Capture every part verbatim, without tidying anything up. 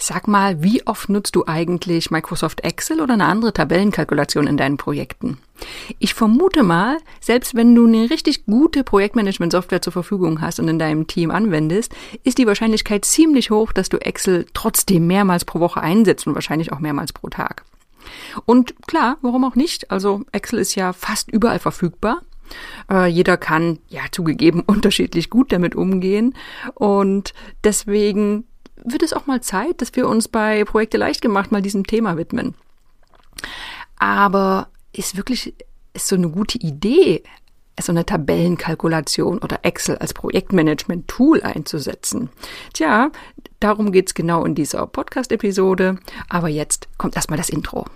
Sag mal, wie oft nutzt du eigentlich Microsoft Excel oder eine andere Tabellenkalkulation in deinen Projekten? Ich vermute mal, selbst wenn du eine richtig gute Projektmanagement-Software zur Verfügung hast und in deinem Team anwendest, ist die Wahrscheinlichkeit ziemlich hoch, dass du Excel trotzdem mehrmals pro Woche einsetzt und wahrscheinlich auch mehrmals pro Tag. Und klar, warum auch nicht? Also Excel ist ja fast überall verfügbar. Äh, jeder kann, ja zugegeben, unterschiedlich gut damit umgehen und deswegen wird es auch mal Zeit, dass wir uns bei Projekte leicht gemacht mal diesem Thema widmen. Aber ist wirklich ist so eine gute Idee, so eine Tabellenkalkulation oder Excel als Projektmanagement-Tool einzusetzen? Tja, darum geht's genau in dieser Podcast-Episode. Aber jetzt kommt erstmal das Intro.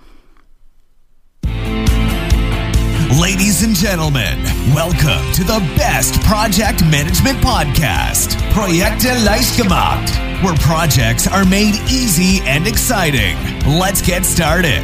Ladies and gentlemen, welcome to the best project management podcast, Projekte leicht gemacht, where projects are made easy and exciting. Let's get started.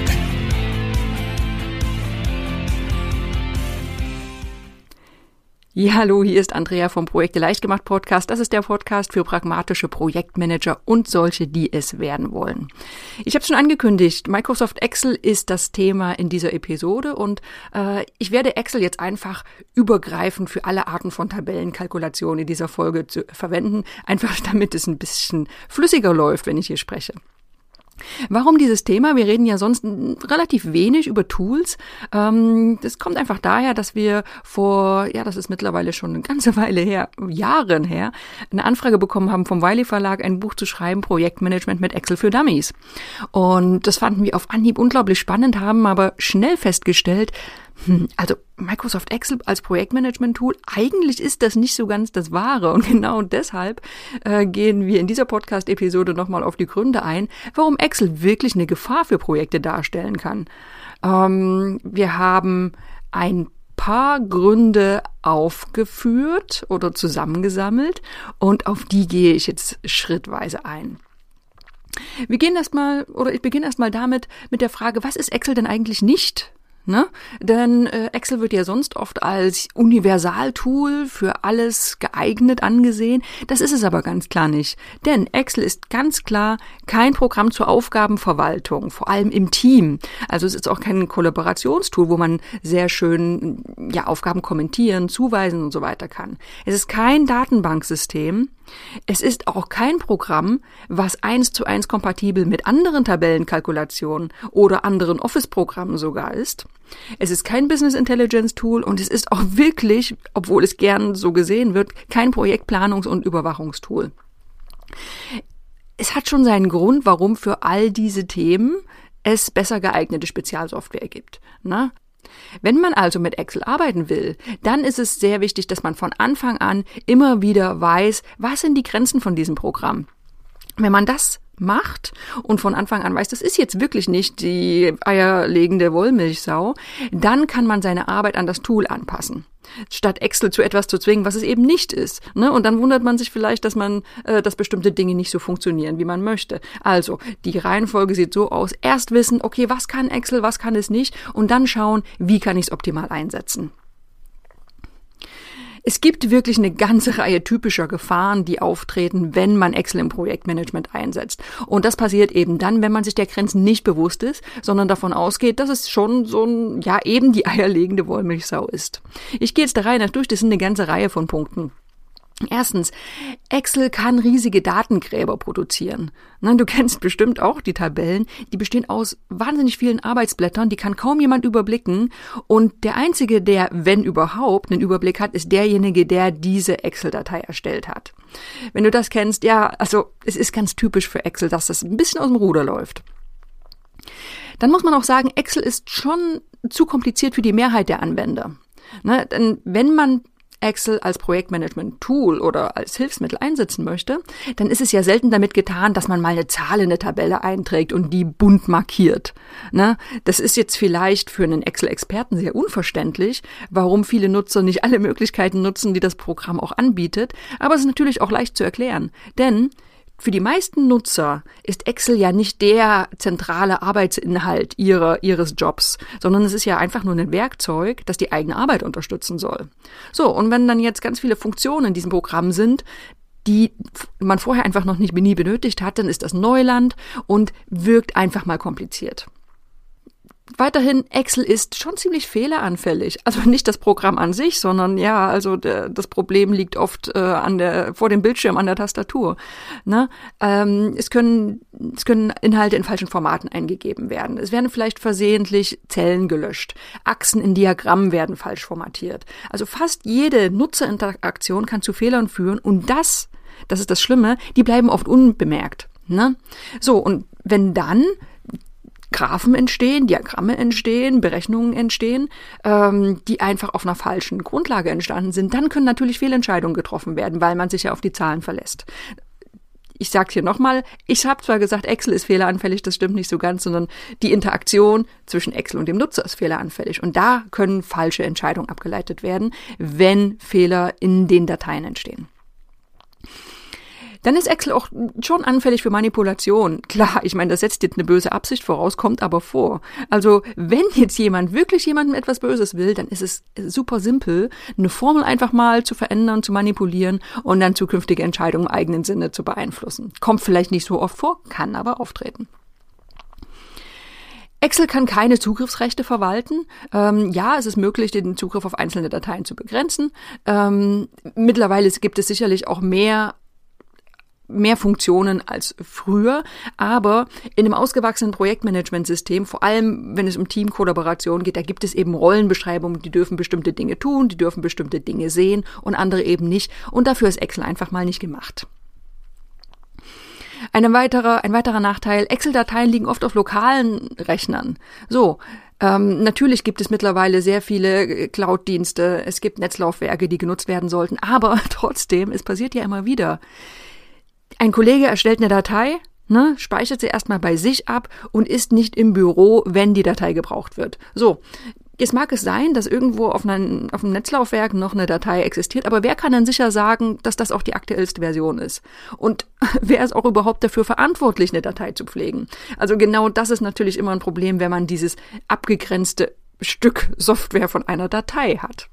Ja, hallo, hier ist Andrea vom Projekte leicht gemacht Podcast. Das ist der Podcast für pragmatische Projektmanager und solche, die es werden wollen. Ich habe schon angekündigt, Microsoft Excel ist das Thema in dieser Episode und äh, ich werde Excel jetzt einfach übergreifend für alle Arten von Tabellenkalkulationen in dieser Folge zu verwenden, einfach damit es ein bisschen flüssiger läuft, wenn ich hier spreche. Warum dieses Thema? Wir reden ja sonst relativ wenig über Tools. Ähm, das kommt einfach daher, dass wir vor, ja, das ist mittlerweile schon eine ganze Weile her, Jahren her, eine Anfrage bekommen haben vom Wiley Verlag, ein Buch zu schreiben, Projektmanagement mit Excel für Dummies. Und das fanden wir auf Anhieb unglaublich spannend, haben aber schnell festgestellt, hm, also Microsoft Excel als Projektmanagement-Tool, eigentlich ist das nicht so ganz das Wahre. Und genau deshalb äh, gehen wir in dieser Podcast-Episode nochmal auf die Gründe ein, warum Excel wirklich eine Gefahr für Projekte darstellen kann. Ähm, wir haben ein paar Gründe aufgeführt oder zusammengesammelt und auf die gehe ich jetzt schrittweise ein. Wir gehen erstmal, oder ich beginne erstmal damit, mit der Frage, was ist Excel denn eigentlich nicht? Ne? Denn äh, Excel wird ja sonst oft als Universaltool für alles geeignet angesehen. Das ist es aber ganz klar nicht. Denn Excel ist ganz klar kein Programm zur Aufgabenverwaltung, vor allem im Team. Also es ist auch kein Kollaborationstool, wo man sehr schön ja Aufgaben kommentieren, zuweisen und so weiter kann. Es ist kein Datenbanksystem. Es ist auch kein Programm, was eins zu eins kompatibel mit anderen Tabellenkalkulationen oder anderen Office-Programmen sogar ist. Es ist kein Business Intelligence Tool und es ist auch wirklich, obwohl es gern so gesehen wird, kein Projektplanungs- und Überwachungstool. Es hat schon seinen Grund, warum für all diese Themen es besser geeignete Spezialsoftware gibt, ne? Wenn man also mit Excel arbeiten will, dann ist es sehr wichtig, dass man von Anfang an immer wieder weiß, was sind die Grenzen von diesem Programm. Wenn man das macht und von Anfang an weiß, das ist jetzt wirklich nicht die eierlegende Wollmilchsau, dann kann man seine Arbeit an das Tool anpassen, statt Excel zu etwas zu zwingen, was es eben nicht ist. Ne? Und dann wundert man sich vielleicht, dass man, äh, dass bestimmte Dinge nicht so funktionieren, wie man möchte. Also, die Reihenfolge sieht so aus. Erst wissen, okay, was kann Excel, was kann es nicht? Und dann schauen, wie kann ich es optimal einsetzen. Es gibt wirklich eine ganze Reihe typischer Gefahren, die auftreten, wenn man Excel im Projektmanagement einsetzt. Und das passiert eben dann, wenn man sich der Grenzen nicht bewusst ist, sondern davon ausgeht, dass es schon so ein, ja, eben die eierlegende Wollmilchsau ist. Ich gehe jetzt der Reihe nach durch, das sind eine ganze Reihe von Punkten. Erstens, Excel kann riesige Datengräber produzieren. Du kennst bestimmt auch die Tabellen, die bestehen aus wahnsinnig vielen Arbeitsblättern, die kann kaum jemand überblicken und der Einzige, der, wenn überhaupt, einen Überblick hat, ist derjenige, der diese Excel-Datei erstellt hat. Wenn du das kennst, ja, also es ist ganz typisch für Excel, dass das ein bisschen aus dem Ruder läuft. Dann muss man auch sagen, Excel ist schon zu kompliziert für die Mehrheit der Anwender. Ne? Denn wenn man Excel als Projektmanagement-Tool oder als Hilfsmittel einsetzen möchte, dann ist es ja selten damit getan, dass man mal eine Zahl in eine Tabelle einträgt und die bunt markiert. Ne? Das ist jetzt vielleicht für einen Excel-Experten sehr unverständlich, warum viele Nutzer nicht alle Möglichkeiten nutzen, die das Programm auch anbietet, aber es ist natürlich auch leicht zu erklären, denn für die meisten Nutzer ist Excel ja nicht der zentrale Arbeitsinhalt ihrer, ihres Jobs, sondern es ist ja einfach nur ein Werkzeug, das die eigene Arbeit unterstützen soll. So, und wenn dann jetzt ganz viele Funktionen in diesem Programm sind, die man vorher einfach noch nicht nie benötigt hat, dann ist das Neuland und wirkt einfach mal kompliziert. Weiterhin, Excel ist schon ziemlich fehleranfällig. Also nicht das Programm an sich, sondern ja, also der, das Problem liegt oft äh, an der vor dem Bildschirm, an der Tastatur. Ne? Ähm, es können es können Inhalte in falschen Formaten eingegeben werden. Es werden vielleicht versehentlich Zellen gelöscht. Achsen in Diagrammen werden falsch formatiert. Also fast jede Nutzerinteraktion kann zu Fehlern führen und das, das ist das Schlimme, die bleiben oft unbemerkt. Ne? So, und wenn dann Graphen entstehen, Diagramme entstehen, Berechnungen entstehen, ähm, die einfach auf einer falschen Grundlage entstanden sind, dann können natürlich Fehlentscheidungen getroffen werden, weil man sich ja auf die Zahlen verlässt. Ich sage hier nochmal, ich habe zwar gesagt, Excel ist fehleranfällig, das stimmt nicht so ganz, sondern die Interaktion zwischen Excel und dem Nutzer ist fehleranfällig. Und da können falsche Entscheidungen abgeleitet werden, wenn Fehler in den Dateien entstehen. Dann ist Excel auch schon anfällig für Manipulation. Klar, ich meine, das setzt jetzt eine böse Absicht voraus, kommt aber vor. Also wenn jetzt jemand wirklich jemandem etwas Böses will, dann ist es super simpel, eine Formel einfach mal zu verändern, zu manipulieren und dann zukünftige Entscheidungen im eigenen Sinne zu beeinflussen. Kommt vielleicht nicht so oft vor, kann aber auftreten. Excel kann keine Zugriffsrechte verwalten. Ähm, ja, es ist möglich, den Zugriff auf einzelne Dateien zu begrenzen. Ähm, mittlerweile gibt es sicherlich auch mehr mehr Funktionen als früher, aber in einem ausgewachsenen Projektmanagementsystem, vor allem wenn es um Teamkollaboration geht, da gibt es eben Rollenbeschreibungen, die dürfen bestimmte Dinge tun, die dürfen bestimmte Dinge sehen und andere eben nicht und dafür ist Excel einfach mal nicht gemacht. Ein weiterer, ein weiterer Nachteil, Excel-Dateien liegen oft auf lokalen Rechnern. So, ähm, natürlich gibt es mittlerweile sehr viele Cloud-Dienste, es gibt Netzlaufwerke, die genutzt werden sollten, aber trotzdem, es passiert ja immer wieder. Ein Kollege erstellt eine Datei, ne, speichert sie erstmal bei sich ab und ist nicht im Büro, wenn die Datei gebraucht wird. So, jetzt mag es sein, dass irgendwo auf einem, auf einem Netzlaufwerk noch eine Datei existiert, aber wer kann dann sicher sagen, dass das auch die aktuellste Version ist? Und wer ist auch überhaupt dafür verantwortlich, eine Datei zu pflegen? Also genau das ist natürlich immer ein Problem, wenn man dieses abgegrenzte Stück Software von einer Datei hat.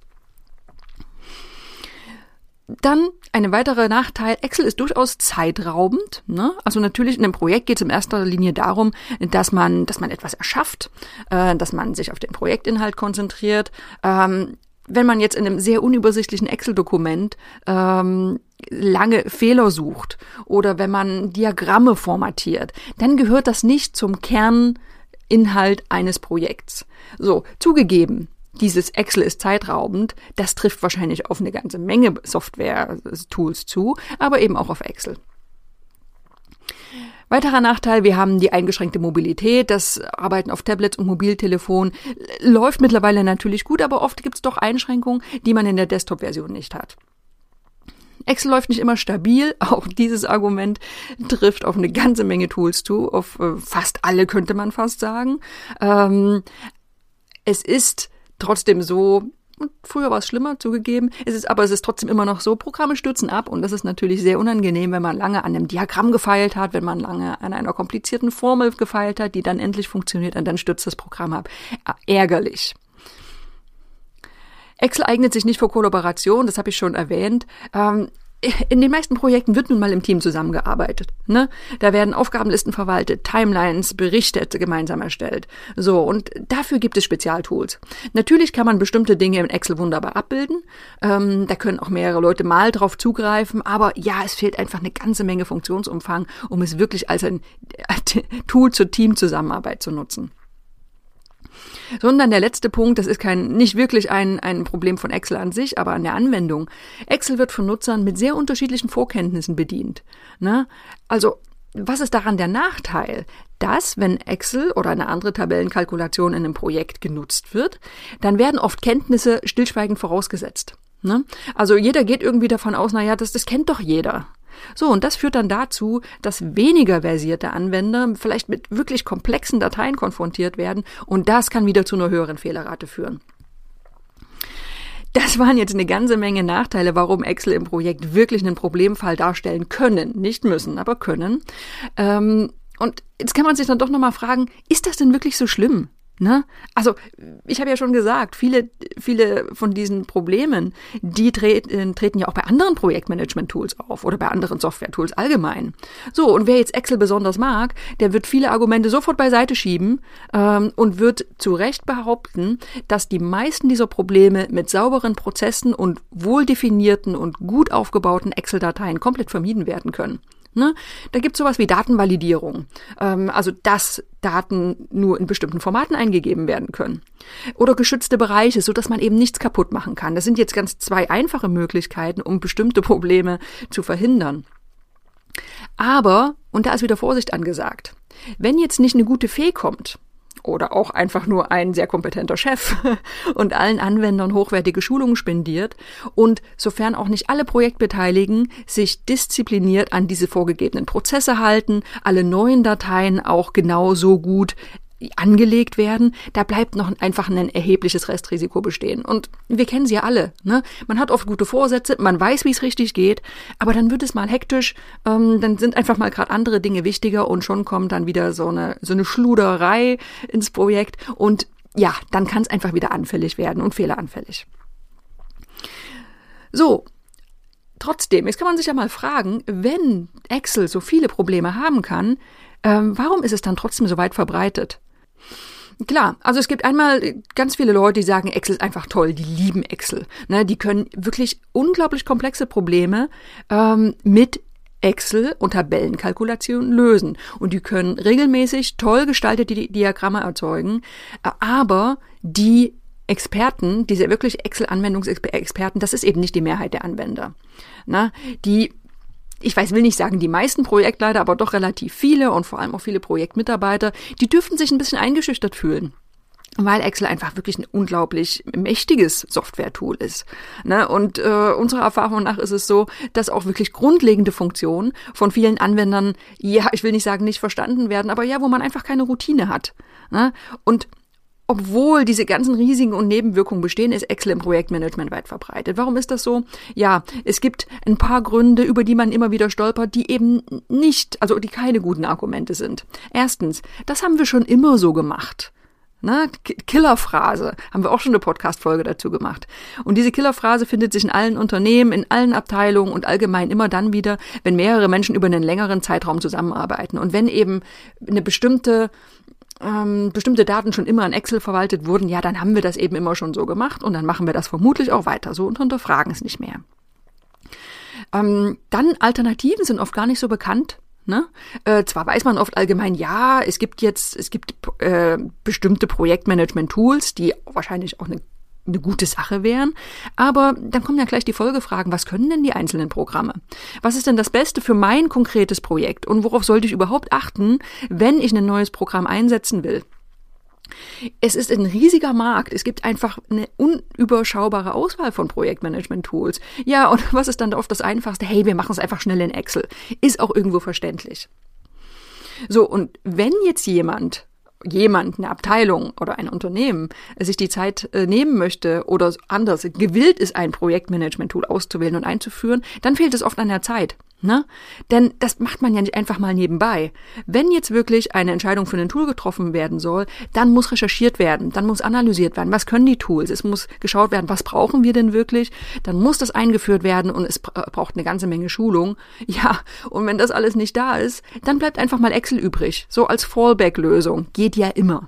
Dann ein weiterer Nachteil, Excel ist durchaus zeitraubend. Ne? Also natürlich in einem Projekt geht es in erster Linie darum, dass man, dass man etwas erschafft, äh, dass man sich auf den Projektinhalt konzentriert. Ähm, wenn man jetzt in einem sehr unübersichtlichen Excel-Dokument ähm, lange Fehler sucht oder wenn man Diagramme formatiert, dann gehört das nicht zum Kerninhalt eines Projekts. So, zugegeben. Dieses Excel ist zeitraubend, das trifft wahrscheinlich auf eine ganze Menge Software-Tools zu, aber eben auch auf Excel. Weiterer Nachteil, wir haben die eingeschränkte Mobilität, das Arbeiten auf Tablets und Mobiltelefon läuft mittlerweile natürlich gut, aber oft gibt es doch Einschränkungen, die man in der Desktop-Version nicht hat. Excel läuft nicht immer stabil, auch dieses Argument trifft auf eine ganze Menge Tools zu, auf äh, fast alle könnte man fast sagen. Ähm, es ist trotzdem so, früher war es schlimmer, zugegeben, es ist, aber es ist trotzdem immer noch so, Programme stürzen ab und das ist natürlich sehr unangenehm, wenn man lange an einem Diagramm gefeilt hat, wenn man lange an einer komplizierten Formel gefeilt hat, die dann endlich funktioniert und dann stürzt das Programm ab. Ärgerlich. Excel eignet sich nicht für Kollaboration, das habe ich schon erwähnt. Ähm, In den meisten Projekten wird nun mal im Team zusammengearbeitet. Ne? Da werden Aufgabenlisten verwaltet, Timelines, Berichte gemeinsam erstellt. So, und dafür gibt es Spezialtools. Natürlich kann man bestimmte Dinge in Excel wunderbar abbilden. Ähm, da können auch mehrere Leute mal drauf zugreifen. Aber ja, es fehlt einfach eine ganze Menge Funktionsumfang, um es wirklich als ein Tool zur Teamzusammenarbeit zu nutzen. Sondern der letzte Punkt, das ist kein nicht wirklich ein, ein Problem von Excel an sich, aber an der Anwendung. Excel wird von Nutzern mit sehr unterschiedlichen Vorkenntnissen bedient. Ne? Also, was ist daran der Nachteil? Dass, wenn Excel oder eine andere Tabellenkalkulation in einem Projekt genutzt wird, dann werden oft Kenntnisse stillschweigend vorausgesetzt. Ne? Also jeder geht irgendwie davon aus, naja, das, das kennt doch jeder. So, und das führt dann dazu, dass weniger versierte Anwender vielleicht mit wirklich komplexen Dateien konfrontiert werden und das kann wieder zu einer höheren Fehlerrate führen. Das waren jetzt eine ganze Menge Nachteile, warum Excel im Projekt wirklich einen Problemfall darstellen können. Nicht müssen, aber können. Ähm, und jetzt kann man sich dann doch nochmal fragen, ist das denn wirklich so schlimm? Ne? Also ich habe ja schon gesagt, viele, viele von diesen Problemen, die treten, treten ja auch bei anderen Projektmanagement-Tools auf oder bei anderen Software-Tools allgemein. So, und wer jetzt Excel besonders mag, der wird viele Argumente sofort beiseite schieben ähm, und wird zu Recht behaupten, dass die meisten dieser Probleme mit sauberen Prozessen und wohldefinierten und gut aufgebauten Excel-Dateien komplett vermieden werden können. Ne? Da gibt es sowas wie Datenvalidierung, ähm, also dass Daten nur in bestimmten Formaten eingegeben werden können. Oder geschützte Bereiche, so dass man eben nichts kaputt machen kann. Das sind jetzt ganz zwei einfache Möglichkeiten, um bestimmte Probleme zu verhindern. Aber, und da ist wieder Vorsicht angesagt, wenn jetzt nicht eine gute Fee kommt, oder auch einfach nur ein sehr kompetenter Chef und allen Anwendern hochwertige Schulungen spendiert und sofern auch nicht alle Projektbeteiligten sich diszipliniert an diese vorgegebenen Prozesse halten, alle neuen Dateien auch genauso gut angelegt werden, da bleibt noch einfach ein erhebliches Restrisiko bestehen. Und wir kennen sie ja alle. Ne? Man hat oft gute Vorsätze, man weiß, wie es richtig geht, aber dann wird es mal hektisch, ähm, dann sind einfach mal gerade andere Dinge wichtiger und schon kommt dann wieder so eine, so eine Schluderei ins Projekt und ja, dann kann es einfach wieder anfällig werden und fehleranfällig. So, trotzdem, jetzt kann man sich ja mal fragen, wenn Excel so viele Probleme haben kann, ähm, warum ist es dann trotzdem so weit verbreitet? Klar, also es gibt einmal ganz viele Leute, die sagen, Excel ist einfach toll, die lieben Excel. Ne, die können wirklich unglaublich komplexe Probleme ähm, mit Excel und Tabellenkalkulationen lösen. Und die können regelmäßig toll gestaltete Diagramme erzeugen, aber die Experten, diese wirklich Excel-Anwendungsexperten, das ist eben nicht die Mehrheit der Anwender. Na, die Ich weiß, will nicht sagen die meisten Projektleiter, aber doch relativ viele und vor allem auch viele Projektmitarbeiter, die dürften sich ein bisschen eingeschüchtert fühlen, weil Excel einfach wirklich ein unglaublich mächtiges Software-Tool ist. Ne? Und äh, unserer Erfahrung nach ist es so, dass auch wirklich grundlegende Funktionen von vielen Anwendern, ja, ich will nicht sagen nicht verstanden werden, aber ja, wo man einfach keine Routine hat. Ne? Und obwohl diese ganzen Risiken und Nebenwirkungen bestehen, ist Excel im Projektmanagement weit verbreitet. Warum ist das so? Ja, es gibt ein paar Gründe, über die man immer wieder stolpert, die eben nicht, also die keine guten Argumente sind. Erstens, das haben wir schon immer so gemacht. Ne? Killerphrase, haben wir auch schon eine Podcast-Folge dazu gemacht. Und diese Killerphrase findet sich in allen Unternehmen, in allen Abteilungen und allgemein immer dann wieder, wenn mehrere Menschen über einen längeren Zeitraum zusammenarbeiten. Und wenn eben eine bestimmte Ähm, bestimmte Daten schon immer in Excel verwaltet wurden, ja, dann haben wir das eben immer schon so gemacht und dann machen wir das vermutlich auch weiter so und hinterfragen es nicht mehr. Ähm, dann Alternativen sind oft gar nicht so bekannt. Ne? Äh, zwar weiß man oft allgemein, ja, es gibt jetzt, es gibt äh, bestimmte Projektmanagement-Tools, die wahrscheinlich auch eine eine gute Sache wären, aber dann kommen ja gleich die Folgefragen, was können denn die einzelnen Programme? Was ist denn das Beste für mein konkretes Projekt und worauf sollte ich überhaupt achten, wenn ich ein neues Programm einsetzen will? Es ist ein riesiger Markt, es gibt einfach eine unüberschaubare Auswahl von Projektmanagement-Tools. Ja, und was ist dann oft das Einfachste? Hey, wir machen es einfach schnell in Excel. Ist auch irgendwo verständlich. So, und wenn jetzt jemand jemand, eine Abteilung oder ein Unternehmen sich die Zeit äh, nehmen möchte oder anders gewillt ist, ein Projektmanagement-Tool auszuwählen und einzuführen, dann fehlt es oft an der Zeit. Ne? Denn das macht man ja nicht einfach mal nebenbei. Wenn jetzt wirklich eine Entscheidung für ein Tool getroffen werden soll, dann muss recherchiert werden, dann muss analysiert werden, was können die Tools, es muss geschaut werden, was brauchen wir denn wirklich, dann muss das eingeführt werden und es braucht eine ganze Menge Schulung. Ja, und wenn das alles nicht da ist, dann bleibt einfach mal Excel übrig, so als Fallback-Lösung, geht ja immer.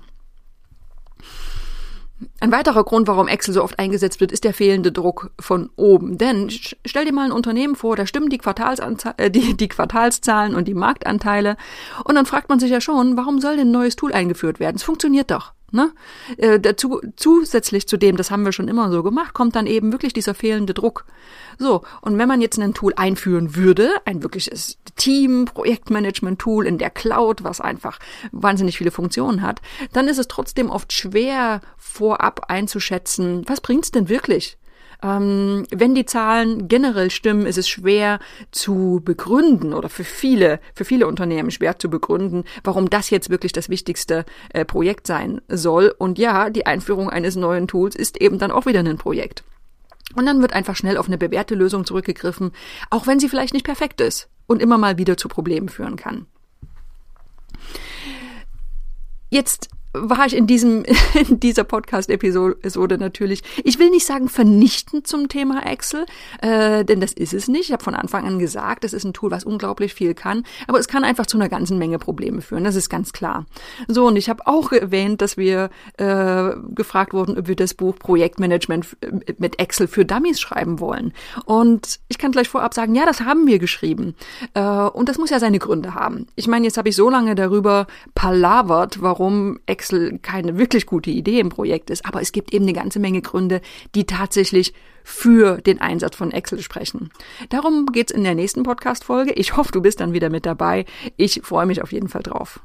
Ein weiterer Grund, warum Excel so oft eingesetzt wird, ist der fehlende Druck von oben. Denn stell dir mal ein Unternehmen vor, da stimmen die, Quartalsanza- äh, die, die Quartalszahlen und die Marktanteile und dann fragt man sich ja schon, warum soll denn ein neues Tool eingeführt werden? Es funktioniert doch. Ne? Äh, dazu, zusätzlich zu dem, das haben wir schon immer so gemacht, kommt dann eben wirklich dieser fehlende Druck. So, und wenn man jetzt ein Tool einführen würde, ein wirkliches Team, Projektmanagement-Tool in der Cloud, was einfach wahnsinnig viele Funktionen hat, dann ist es trotzdem oft schwer vorab einzuschätzen, was bringt's denn wirklich? Ähm, wenn die Zahlen generell stimmen, ist es schwer zu begründen oder für viele, für viele Unternehmen schwer zu begründen, warum das jetzt wirklich das wichtigste äh, Projekt sein soll. Und ja, die Einführung eines neuen Tools ist eben dann auch wieder ein Projekt. Und dann wird einfach schnell auf eine bewährte Lösung zurückgegriffen, auch wenn sie vielleicht nicht perfekt ist und immer mal wieder zu Problemen führen kann. Jetzt war ich in diesem in dieser Podcast-Episode natürlich, ich will nicht sagen vernichtend zum Thema Excel, äh, denn das ist es nicht. Ich habe von Anfang an gesagt, es ist ein Tool, was unglaublich viel kann, aber es kann einfach zu einer ganzen Menge Probleme führen, das ist ganz klar. So, und ich habe auch erwähnt, dass wir äh, gefragt wurden, ob wir das Buch Projektmanagement mit Excel für Dummies schreiben wollen. Und ich kann gleich vorab sagen, ja, das haben wir geschrieben. Äh, und das muss ja seine Gründe haben. Ich meine, jetzt habe ich so lange darüber palavert, warum Excel keine wirklich gute Idee im Projekt ist, aber es gibt eben eine ganze Menge Gründe, die tatsächlich für den Einsatz von Excel sprechen. Darum geht's in der nächsten Podcast-Folge. Ich hoffe, du bist dann wieder mit dabei. Ich freue mich auf jeden Fall drauf.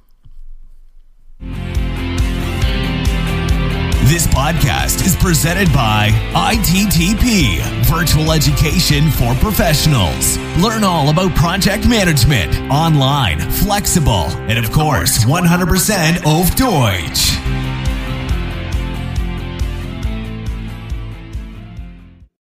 This podcast is presented by I T T P, Virtual Education for Professionals. Learn all about project management, online, flexible, and of course, one hundred percent auf Deutsch.